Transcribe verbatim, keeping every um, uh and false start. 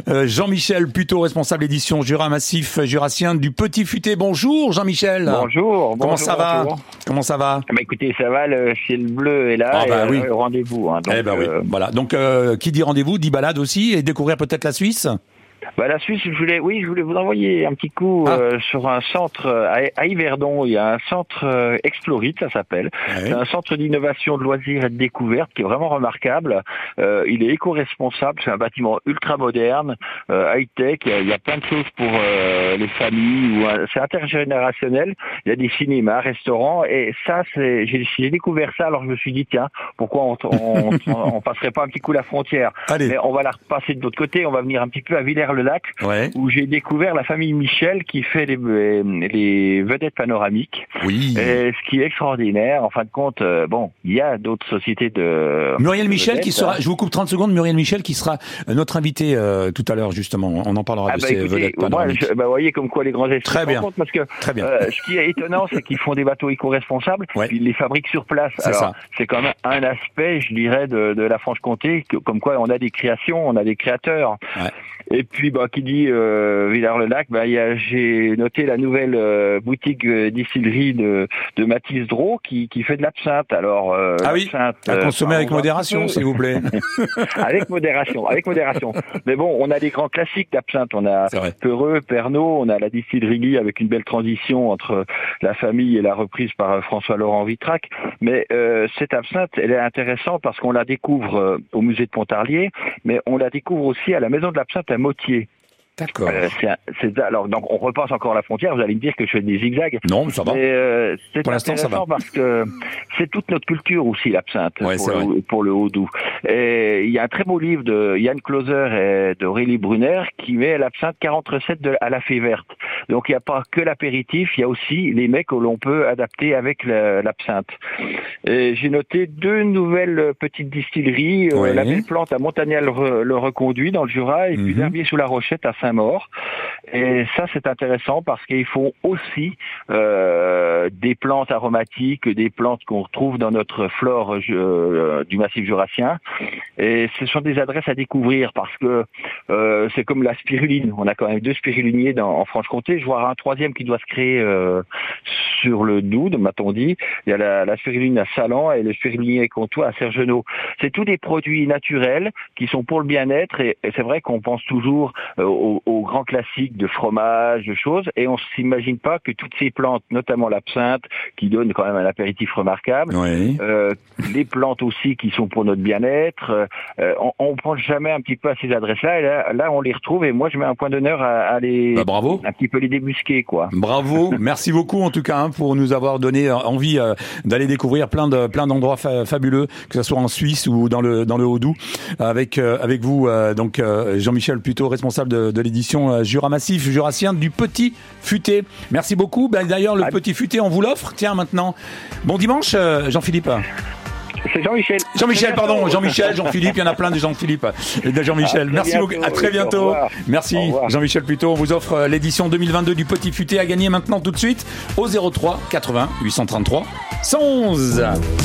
Euh, Jean-Michel Puteaux, responsable édition Jura Massif Jurassien du Petit Futé. Bonjour Jean-Michel. Bonjour. Comment bonjour, ça va bonjour. Comment ça va Bah écoutez, ça va, le ciel bleu est là, Ah bah et oui. euh, rendez-vous. Hein, donc, eh ben oui, euh, voilà. Donc euh, qui dit rendez-vous dit balade aussi et découvrir peut-être la Suisse. Bah la Suisse, je voulais, oui, je voulais vous envoyer un petit coup Ah. euh, sur un centre à, à Yverdon. Il y a un centre euh, Explorite, ça s'appelle. Ah oui. C'est un centre d'innovation, de loisirs et de découverte qui est vraiment remarquable. Euh, il est éco-responsable. C'est un bâtiment ultra moderne, euh, high-tech. Il y, a, il y a plein de choses pour euh, les familles. Ou, euh, c'est intergénérationnel. Il y a des cinémas, restaurants. Et ça, c'est, j'ai, j'ai découvert ça. Alors je me suis dit, tiens, pourquoi on, on, on, on passerait pas un petit coup la frontière? Allez. Mais on va la repasser de l'autre côté. On va venir un petit peu à Villers-le-Lac. Ouais. Où j'ai découvert la famille Michel qui fait les, les vedettes panoramiques. Oui. Et ce qui est extraordinaire, en fin de compte, euh, bon, il y a d'autres sociétés de... Muriel de Michel vedettes, qui sera, hein. je vous coupe trente secondes, Muriel Michel qui sera notre invité euh, tout à l'heure justement. On en parlera Ah de bah ces écoutez, vedettes moi, panoramiques. je, bah, vous voyez comme quoi les grands esprits Très se bien. rencontrent, parce que Très bien. euh, ce qui est étonnant, c'est qu'ils font des bateaux éco-responsables, Ouais. puis ils les fabriquent sur place. C'est Alors, ça. c'est quand même un aspect, je dirais, de, de la Franche-Comté, que, comme quoi on a des créations, on a des créateurs. Ouais. Et puis, bah, qui dit euh, Villers-le-Lac, bah, il y a, j'ai noté la nouvelle euh, boutique euh, distillerie de, de Mathis Drault qui, qui fait de l'absinthe. Alors, euh, Ah oui, l'absinthe, à euh, consommer bah, avec on va un modération, petit peu- s'il vous plaît. avec modération, avec modération. Mais bon, on a des grands classiques d'absinthe. On a C'est vrai. Peureux, Pernod, on a la distillerie Guy avec une belle transition entre la famille et la reprise par euh, François-Laurent Vitrac. Mais euh, cette absinthe, elle est intéressante parce qu'on la découvre euh, au musée de Pontarlier, mais on la découvre aussi à la maison de l'absinthe à Motier. D'accord. Euh, c'est, un- c'est, alors donc on repasse encore à la frontière. Vous allez me dire que je fais des zigzags. Non, mais ça va. Mais euh, c'est Pour l'instant, ça intéressant va. parce que c'est toute notre culture aussi, l'absinthe, Ouais, pour, c'est le, pour le Haut-Doubs. Et il y a un très beau livre de Yann Closer et d'Aurélie Brunner qui met l'absinthe quarante recettes de, à la fée verte. Donc il n'y a pas que l'apéritif, il y a aussi les mets que l'on peut adapter avec la- l'absinthe. Et j'ai noté deux nouvelles petites distilleries. Ouais. Euh, la Belle Plante à Montagnal le, le Reconduit dans le Jura et puis Mhm. l'Herbier sous la Rochette à Saint-Maur. Et ça, c'est intéressant parce qu'ils font aussi euh, des plantes aromatiques, des plantes qu'on retrouve dans notre flore euh, du massif jurassien. Et ce sont des adresses à découvrir parce que euh, c'est comme la spiruline. On a quand même deux spiruliniers dans, en Franche-Comté. Je vois un troisième qui doit se créer euh, sur le Doubs, m'a-t-on dit. Il y a la, la spiruline à Salan et le spirulinier comtois à Sergenot. C'est tous des produits naturels qui sont pour le bien-être. Et, et c'est vrai qu'on pense toujours euh, aux, aux grands classiques de fromage, de choses, et on s'imagine pas que toutes ces plantes, notamment l'absinthe, qui donne quand même un apéritif remarquable, Oui. euh, les plantes aussi qui sont pour notre bien-être, euh, on, on pense jamais un petit peu à ces adresses-là, et là, là on les retrouve, et moi je mets un point d'honneur à, à les, Bah, bravo. un petit peu les débusquer, quoi. Bravo, merci beaucoup en tout cas hein, pour nous avoir donné euh, envie euh, d'aller découvrir plein de plein d'endroits fa- fabuleux, que ce soit en Suisse ou dans le dans le Haut-Doubs, avec euh, avec vous euh, donc euh, Jean-Michel Puteaux, responsable de, de l'édition euh, Jura Massif Jurassien du Petit Futé. Merci beaucoup. Ben, d'ailleurs le Ah. Petit Futé on vous l'offre. Tiens maintenant. Bon dimanche euh, Jean-Philippe. C'est Jean-Michel. Jean-Michel, Très bientôt. pardon, Jean-Michel, Jean-Philippe, il y en a plein de Jean-Philippe et de Jean-Michel. À très Merci bientôt, beaucoup. À très oui, au bientôt. revoir. Merci Au revoir. Jean-Michel Puteaux. On vous offre euh, l'édition deux mille vingt-deux du Petit Futé à gagner maintenant tout de suite au zéro trois quatre-vingts huit cent trente-trois cent onze.